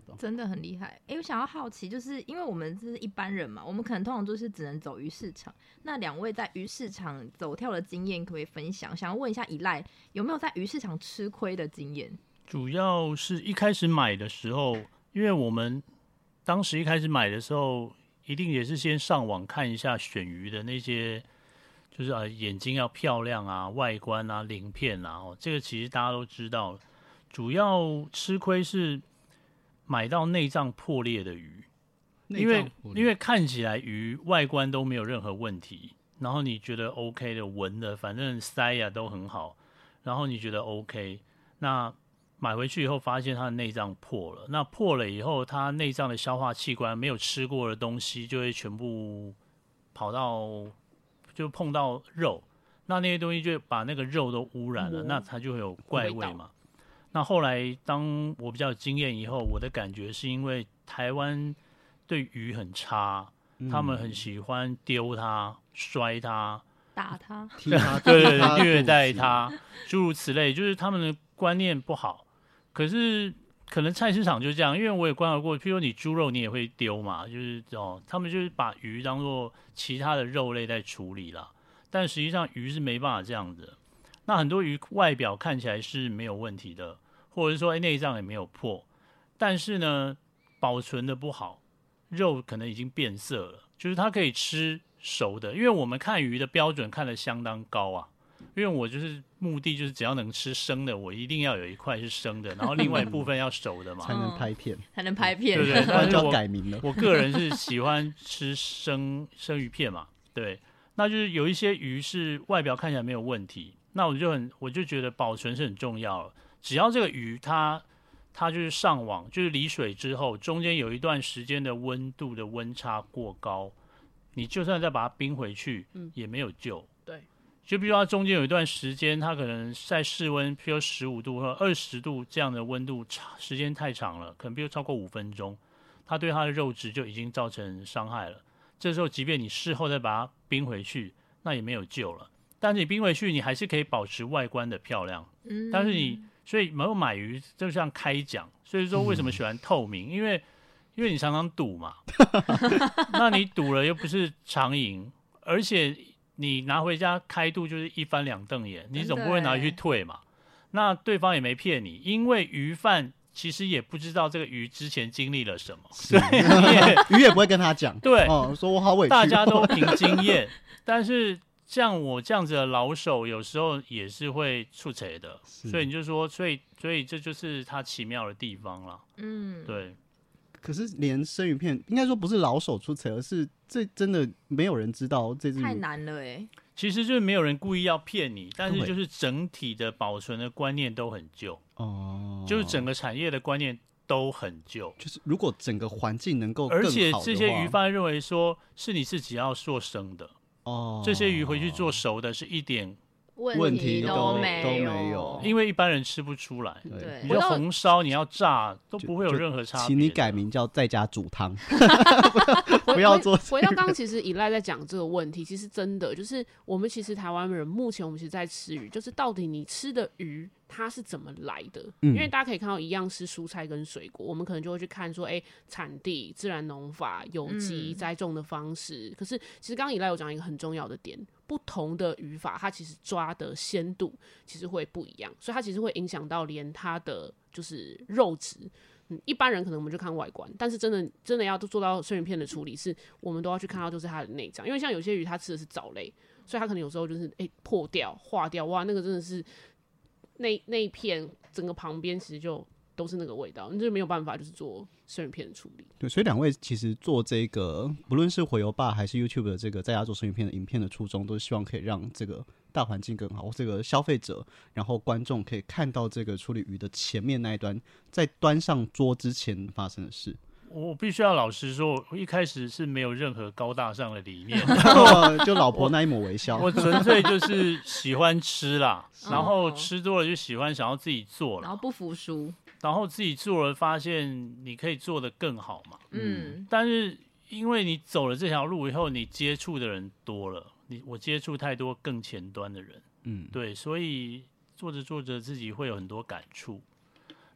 真的很厉害。我想要好奇，就是因为我们是一般人嘛，我们可能通常都是只能走鱼市场。那2位在鱼市场走跳的经验可不可以分享？想要问一下以赖有没有在鱼市场吃亏的经验？ 主要是一开始买的时候，因为我们当时一开始买的时候，一定也是先上网看一下选鱼的那些，就是眼睛要漂亮啊、外观啊、鳞片啊，这个其实大家都知道。主要吃亏是买到内脏破裂的鱼，因为看起来鱼外观都没有任何问题，然后你觉得 OK 的闻的，反正鳃啊都很好，然后你觉得 OK， 那买回去以后发现它的内脏破了，那破了以后，它内脏的消化器官没有吃过的东西就会全部跑到就碰到肉，那些东西就把那个肉都污染了，那它就会有怪味嘛。那后来当我比较有经验以后，我的感觉是因为台湾对鱼很差，他们很喜欢丢它、摔它、 打它、 踢它， 对，虐待它，诸如此类，就是他们的观念不好。可能菜市场就这样，因为我也观察过，譬如说你猪肉你也会丢嘛，就是他们就是把鱼当做其他的肉类在处理啦。但实际上鱼是没办法这样子的。那很多鱼外表看起来是没有问题的，或者说内脏也没有破，但是呢保存的不好，肉可能已经变色了，就是它可以吃熟的，因为我们看鱼的标准看得相当高啊。因为我就是目的就是只要能吃生的，我一定要有一块是生的，然后另外一部分要熟的嘛， 才能拍片， 才能拍片， 对不对？ 那就要改名了。 我个人是喜欢吃生鱼片嘛，对，那就是有一些鱼是外表看起来没有问题，那我就觉得保存是很重要的。只要这个鱼它就是上网，就是离水之后，中间有一段时间的温度的温差过高，你就算再把它冰回去，也没有救。 对。 就比如说它中间有一段时间，它可能在室温，比如15度或20度这样的温度，时间太长了，可能比如超过5分钟，它对它的肉质就已经造成伤害了。这时候，即便你事后再把它冰回去，那也没有救了。但是你冰回去，你还是可以保持外观的漂亮。但是所以没有买鱼就像开奖，所以说为什么喜欢透明？因为你常常赌嘛，那你赌了又不是常赢，而且你拿回家开肚就是一翻两瞪眼，你总不会拿回去退嘛。那对方也没骗你，因为鱼贩其实也不知道这个鱼之前经历了什么， 对，鱼也不会跟他讲， 对， 说我好委屈， 大家都凭经验，但是像我这样子的老手，有时候也是会出错的，所以你就说，所以这就是它奇妙的地方了。对。 可是连生鱼片，应该说不是老手出错，而是这真的没有人知道这只鱼太难了其实就是没有人故意要骗你，但是就是整体的保存的观念都很旧就是整个产业的观念都很旧。 就是如果整个环境能够更好的话， 而且这些鱼贩认为说是你自己要做生的这些鱼回去做熟的是一点问题都没有， 因为一般人吃不出来。 对， 你就红烧，你要炸都不会有任何差别。 请你改名叫在家煮汤，不要做。 回到刚刚，其实以赖在讲这个问题，其实真的就是我们其实台湾人目前我们其实在吃鱼，就是到底你吃的鱼它是怎么来的？因为大家可以看到一样是蔬菜跟水果，我们可能就会去看说，产地、自然农法、有机栽种的方式。可是其实刚刚以赖有讲一个很重要的点。不同的语法，它其实抓的鲜度其实会不一样，所以它其实会影响到连它的就是肉质。一般人可能我们就看外观，但是真的要做到生鱼片的处理，是我们都要去看到就是它的内脏，因为像有些鱼它吃的是藻类，所以它可能有时候就是破掉、化掉，哇，那个真的是那一片整个旁边其实就都是那个味道，你就没有办法就是做生鱼片的处理。 对，所以两位其实做这个，不论是回游吧还是 YouTube 的这个在家做生鱼片的影片的初衷，都是希望可以让这个大环境更好，这个消费者，然后观众可以看到这个处理鱼的前面那一端，在端上桌之前发生的事。 我必须要老实说，我一开始是没有任何高大上的理念， 就老婆那一抹微笑。 我纯粹就是喜欢吃啦，然后吃多了就喜欢想要自己做了， 然后不服输。 然后自己做了，发现你可以做得更好嘛。但是因为你走了这条路以后，你接触的人多了，我接触太多更前端的人，对，所以做着做着自己会有很多感触。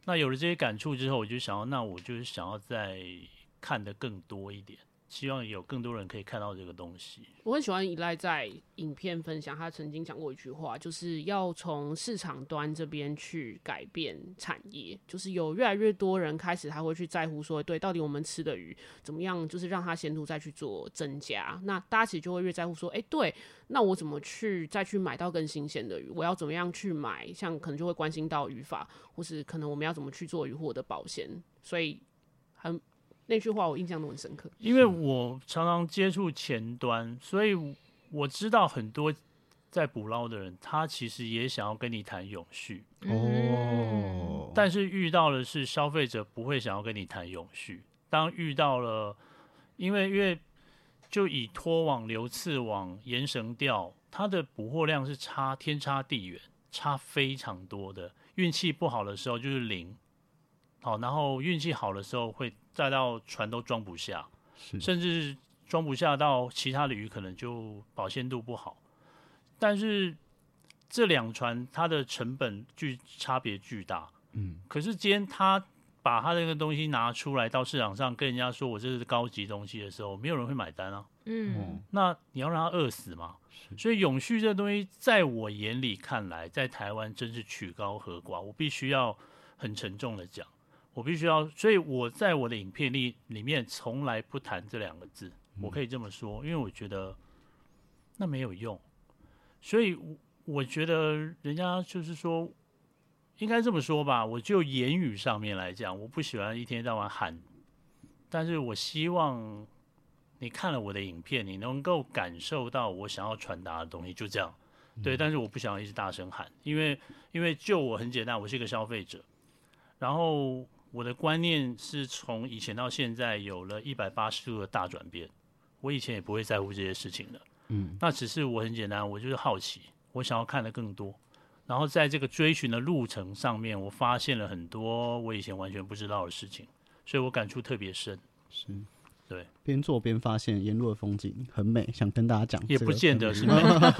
那有了这些感触之后，我就想要，那我就是想要再看得更多一点，希望有更多人可以看到这个东西。 我很喜欢依赖在影片分享，他曾经讲过一句话，就是要从市场端这边去改变产业，就是有越来越多人开始他会去在乎说，对，到底我们吃的鱼怎么样，就是让它鲜度再去做增加。那大家其实就会越在乎说，对，那我怎么去再去买到更新鲜的鱼？我要怎么样去买？像可能就会关心到渔法，或是可能我们要怎么去做渔获的保鲜。所以那句话我印象都很深刻， 因为我常常接触前端，所以我知道很多在捕捞的人，他其实也想要跟你谈永续，但是遇到的是消费者不会想要跟你谈永续。当遇到了，因为就以拖网、流刺网、延绳钓，它的捕获量是天差地远，差非常多的。运气不好的时候就是零，好，然后运气好的时候会载到船都装不下，甚至装不下到其他的鱼可能就保鲜度不好。但是这两船它的成本差别巨大，可是今天他把他那个东西拿出来到市场上跟人家说我这是高级东西的时候，没有人会买单啊。那你要让他饿死嘛？所以永续这个东西在我眼里看来，在台湾真是曲高和寡，我必须要很沉重的讲，所以我在我的影片里面从来不谈这两个字，我可以这么说，因为我觉得那没有用。所以我觉得人家就是说，应该这么说吧，我就言语上面来讲，我不喜欢一天到晚喊，但是我希望你看了我的影片，你能够感受到我想要传达的东西，就这样。对，但是我不想要一直大声喊，因为就我很简单，我是一个消费者，然后我的观念是从以前到现在有了180度的大转变，我以前也不会在乎这些事情的。那只是我很简单，我就是好奇，我想要看得更多，然后在这个追寻的路程上面，我发现了很多我以前完全不知道的事情，所以我感触特别深。 是， 对， 边做边发现沿路的风景很美，想跟大家讲， 也不见得是美。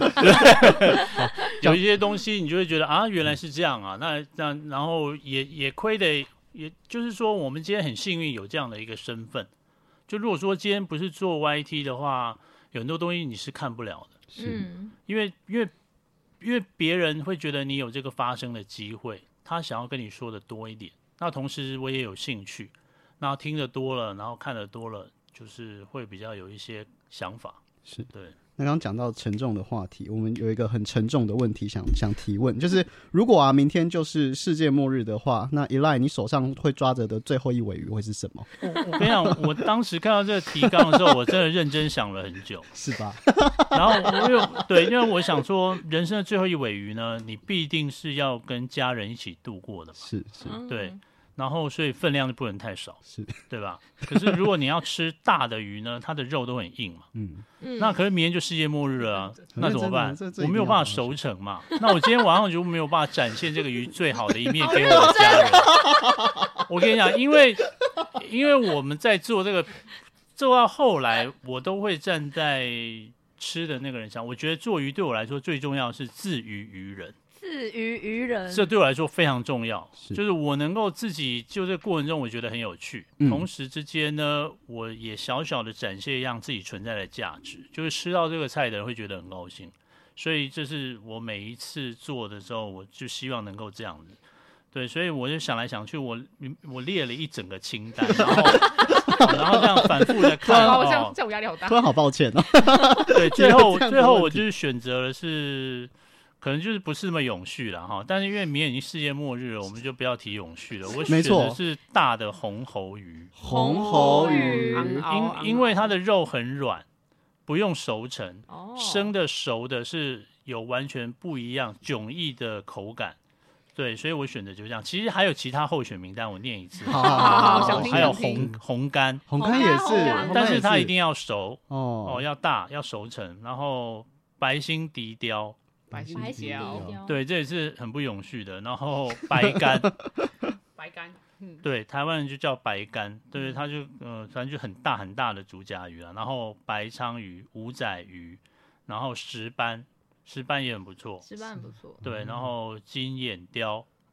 有一些东西你就会觉得啊，原来是这样啊，那然后也亏得，也就是说，我们今天很幸运有这样的一个身份。就如果说今天不是做 YT 的话，有很多东西你是看不了的，因为别人会觉得你有这个发声的机会，他想要跟你说的多一点。那同时我也有兴趣，那听得多了，然后看得多了，就是会比较有一些想法。 是， 对。 那刚刚讲到沉重的话题，我们有一个很沉重的问题想提问，就是如果明天就是世界末日的话，那 Eli 你手上会抓着的最后一尾鱼会是什么？ 我跟你讲，我当时看到这个提纲的时候，我真的认真想了很久， 是吧？ 然后因为我想说，人生的最后一尾鱼呢，你必定是要跟家人一起度过的嘛， 是， 对。然后所以分量就不能太少， 是， 对吧？可是如果你要吃大的鱼呢，它的肉都很硬嘛，那可是明天就世界末日了啊，那怎么办？我没有办法熟成嘛，那我今天晚上就没有办法展现这个鱼最好的一面给我的家人。我跟你讲，因为我们在做这个，做到后来，我都会站在吃的那个人上，我觉得做鱼对我来说最重要的是自娱于人。 自娱于人， 这对我来说非常重要，就是我能够自己就这个过程中，我觉得很有趣。同时之间呢，我也小小的展现让自己存在的价值，就是吃到这个菜的人会觉得很高兴。所以这是我每一次做的时候，我就希望能够这样子。对，所以我就想来想去，我列了一整个清单，然后这样反复的看。 这样我压力好大。 突然好抱歉哦。 对，最后我就是选择的是。可能就是不是那么永续了哈，但是因为明天已经世界末日了，我们就不要提永续了。我选的是大的红喉鱼，因为它的肉很软，不用熟成，生的熟的是有完全不一样迥异的口感。对，所以我选的就这样。其实还有其他候选名单，我念一次。 好，想听。 还有红干， 红干也是， 但是它一定要熟要大，要熟成。然后白心笛雕。 白心笛雕， 对，这也是很不永续的。然后白干，对，台湾人就叫白干，对，它就反正就很大很大的竹荚鱼啊。然后白鲳鱼、五仔鱼，然后石斑也很不错， 石斑很不错， 对，然后金眼鲷、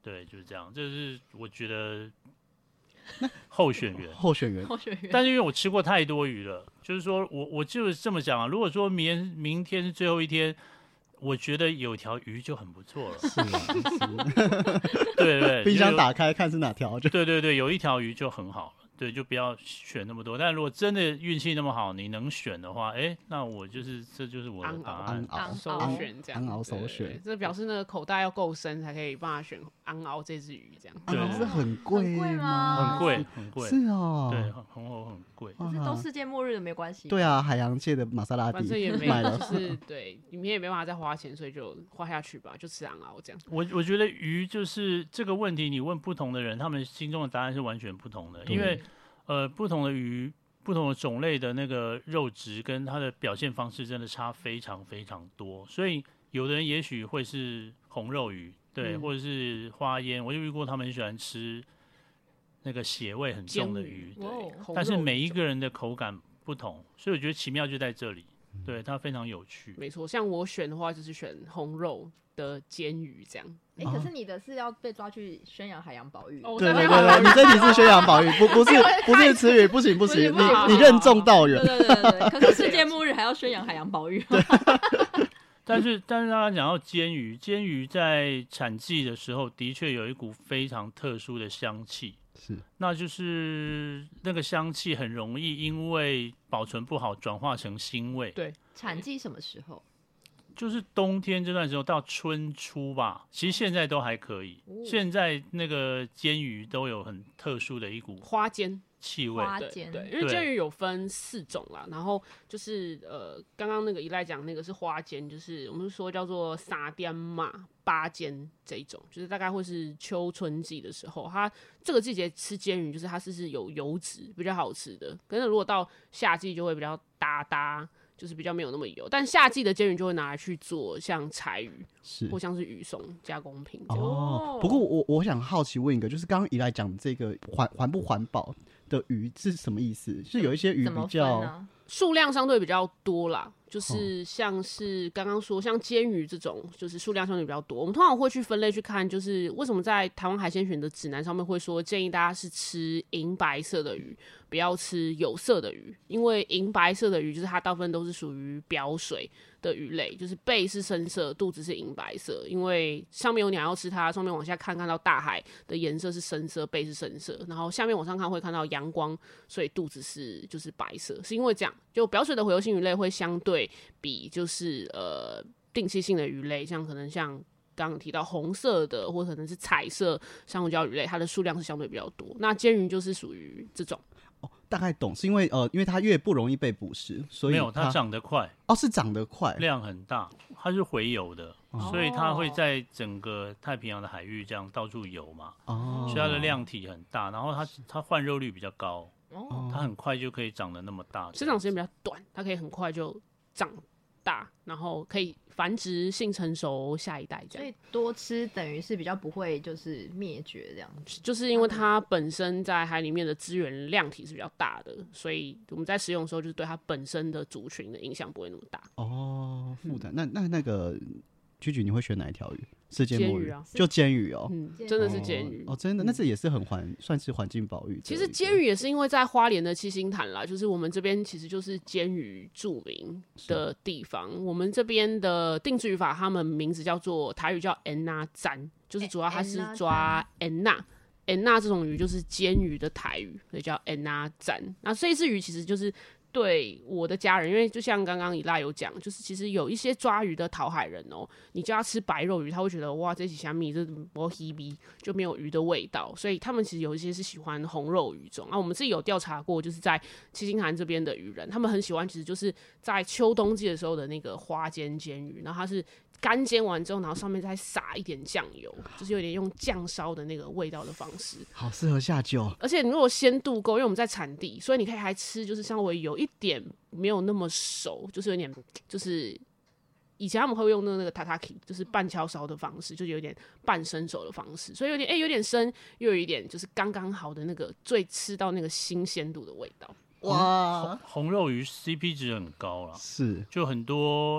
对，就是这样，这是我觉得候选人。 候选人， 但是因为我吃过太多鱼了，就是说我就是这么讲啊。如果说明天是最后一天，我觉得有条鱼就很不错了。 是啊， 对对， 冰箱打开看是哪条就。 对，有一条鱼就很好了。对，就不要选那么多。但如果真的运气那么好，你能选的话，那我这就是我的答案。 首选这样， 安熬首选， 这表示那个口袋要够深才可以帮他选安熬这只鱼这样。 安熬是很贵吗？ 很贵， 是哦， 对，红藕很贵。 可是都世界末日了，没关系。 对啊，海洋界的玛莎拉蒂， 反正也没买了， 就是对，里面也没办法再花钱，所以就花下去吧，就吃安熬这样。 我觉得鱼就是这个问题，你问不同的人，他们心中的答案是完全不同的，因为。不同的鱼、不同的种类的那个肉质跟它的表现方式真的差非常非常多，所以有的人也许会是红肉鱼，对，或者是花鲢，我就遇过他们很喜欢吃那个血味很重的鱼，对，但是每一个人的口感不同，所以我觉得奇妙就在这里，对，它非常有趣。 没错，像我选的话就是选红肉的煎鱼这样。 可是你的是要被抓去宣扬海洋保育。 对，你这题是宣扬保育，不是词语，不行，你任重道远。 对，可是世界末日还要宣扬海洋保育。 但是大家讲到煎鱼在产季的时候，的确有一股非常特殊的香气， 是， 那就是那个香气很容易因为保存不好转化成腥味。 对， 产季什么时候？ 就是冬天这段时候到春初吧，其实现在都还可以。现在那个煎鱼都有很特殊的一股花煎气味， 对，因为煎鱼有分4种啦，然后就是刚刚那个依赖讲那个是花煎，就是我们说叫做撒颠马八煎这一种，就是大概会是秋春季的时候，它这个季节吃煎鱼，就是它是有油脂比较好吃的，可是如果到夏季就会比较搭。就是比较没有那么油，但夏季的煎鱼就会拿来去做像柴鱼，或像是鱼松加工品。 不过我想好奇问一个，就是刚刚以来讲这个环不环保的鱼是什么意思？是有一些鱼比较数量相对比较多啦，就是像是刚刚说像煎鱼这种，就是数量相对比较多。我们通常会去分类去看，就是为什么在台湾海鲜选择指南上面会说建议大家是吃银白色的鱼，不要吃有色的鱼，因为银白色的鱼就是它大部分都是属于表水的鱼类，就是背是深色，肚子是银白色，因为上面有鸟要吃它，上面往下看到大海的颜色是深色，背是深色，然后下面往上看会看到阳光，所以肚子就是白色，是因为这样，就表水的洄游性鱼类会相对比就是定期性的鱼类，像可能像刚刚提到红色的或可能是彩色珊瑚礁鱼类，它的数量是相对比较多。那煎鱼就是属于这种。 大概懂，是因为它越不容易被捕食，所以没有它长得快是长得快， 量很大，它是洄游的，所以它会在整个太平洋的海域这样到处游嘛，所以它的量体很大，然后它换肉率比较高，它很快就可以长得那么大， 生长时间比较短，它可以很快就长大，然后可以繁殖性成熟下一代这样， 所以多吃等于是比较不会就是灭绝这样子， 就是因为它本身在海里面的资源量体是比较大的，所以我们在食用的时候就是对它本身的族群的影响不会那么大。 负担。那个居居你会选哪一条鱼？世界末日啊， 就煎鱼哦， 真的是煎鱼真的，那这也是算是环境保育。 其实煎鱼也是因为在花莲的七星潭啦，就是我们这边其实就是煎鱼著名的地方。我们这边的定制语法，他们名字叫做台语叫 Enna 砧，就是主要它是抓 Enna 这种鱼，就是煎鱼的台语，所以叫 Enna 砧。那这一只鱼其实就是对我的家人，因为就像刚刚以拉有讲，就是其实有一些抓鱼的讨海人你叫他吃白肉鱼，他会觉得哇，这是虾米，这没黑逼，就没有鱼的味道，所以他们其实有一些是喜欢红肉鱼种。我们自己有调查过，就是在七星潭这边的渔人，他们很喜欢，其实就是在秋冬季的时候的那个花煎鱼，然后它是干煎完之后，然后上面再撒一点酱油，就是有点用酱烧的那个味道的方式， 好适合下酒。 而且你如果鲜度够，因为我们在产地，所以你可以还吃，就是稍微有一点没有那么熟，就是有点就是以前他们会用那个 tataki， 就是半敲烧的方式，就有点半生熟的方式，所以有点生，又有一点就是刚刚好的那个最吃到那个新鲜度的味道。 哇， 红肉鱼 CP 值很高啦， 是， 就很多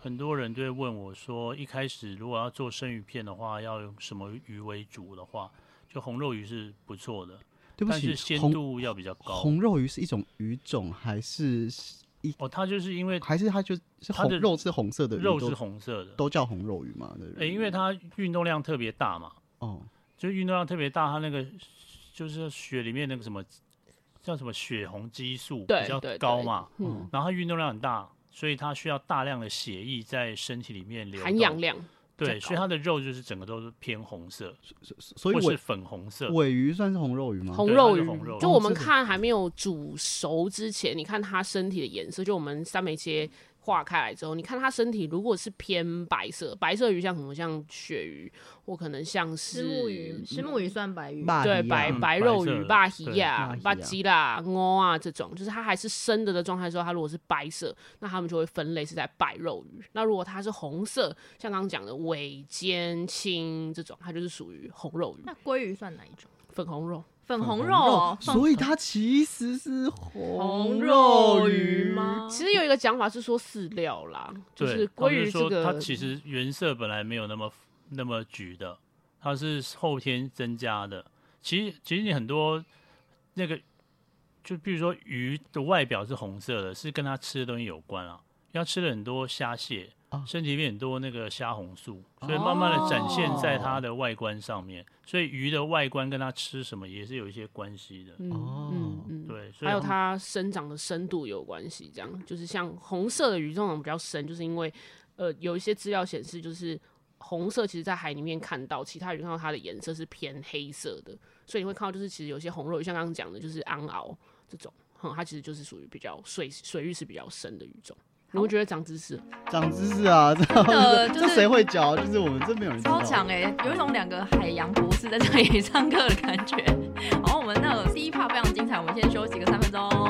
很多人就会问我说，一开始如果要做生鱼片的话，要用什么鱼为主的话，就红肉鱼是不错的， 对不起， 但是鲜度要比较高。 红肉鱼是一种鱼种还是它就是因为还是它就是它的肉是红色的鱼， 肉是红色的， 都叫红肉鱼嘛？对， 因为它运动量特别大嘛，就是运动量特别大，它那个就是血里面那个什么叫什么血红激素比较高嘛，然后它运动量很大，所以它需要大量的血液在身体里面流动， 含氧量。 对，所以它的肉就是整个都是偏红色， 所以或是粉红色。 鲔鱼算是红肉鱼吗？ 红肉鱼，就我们哦看还没有煮熟之前，你看它身体的颜色，就我们三枚切化开来之后，你看它身体如果是偏白色，白色鱼像什么，像鳕鱼，或可能像是虱目鱼算白鱼， 对，白肉鱼、巴鱼呀、巴鸡啦、蚵啊这种，就是它还是生的状态的时候，它如果是白色，那它们就会分类是在白肉鱼。那如果它是红色，像刚刚讲的尾尖青这种，它就是属于红肉鱼。 那鲑鱼算哪一种？ 粉红肉。 粉红肉， 所以它其实是红肉鱼吗？ 其实有一个讲法是说饲料啦，就是鲑鱼这个， 它其实原色本来没有那么橘的，它是后天增加的。其实你很多那个，就比如说鱼的外表是红色的，是跟它吃的东西有关啊，因为它吃了很多虾蟹。身体里面很多那个虾红素，所以慢慢的展现在它的外观上面，所以鱼的外观跟它吃什么也是有一些关系的。对，所以还有它生长的深度有关系。这样就是像红色的鱼这种比较深，就是因为有一些资料显示，就是红色其实在海里面看到，其他鱼看到它的颜色是偏黑色的，所以你会看到就是其实有些红肉鱼，像刚刚讲的就是昂鳌这种，它其实就是属于比较水域是比较深的鱼种。你会觉得长知识？ 长知识啊！真的，这谁会教？就是我们这边有人超强有一种两个海洋博士在这里上课的感觉。然后我们那个第一 part 非常精彩，我们先休息个3分钟。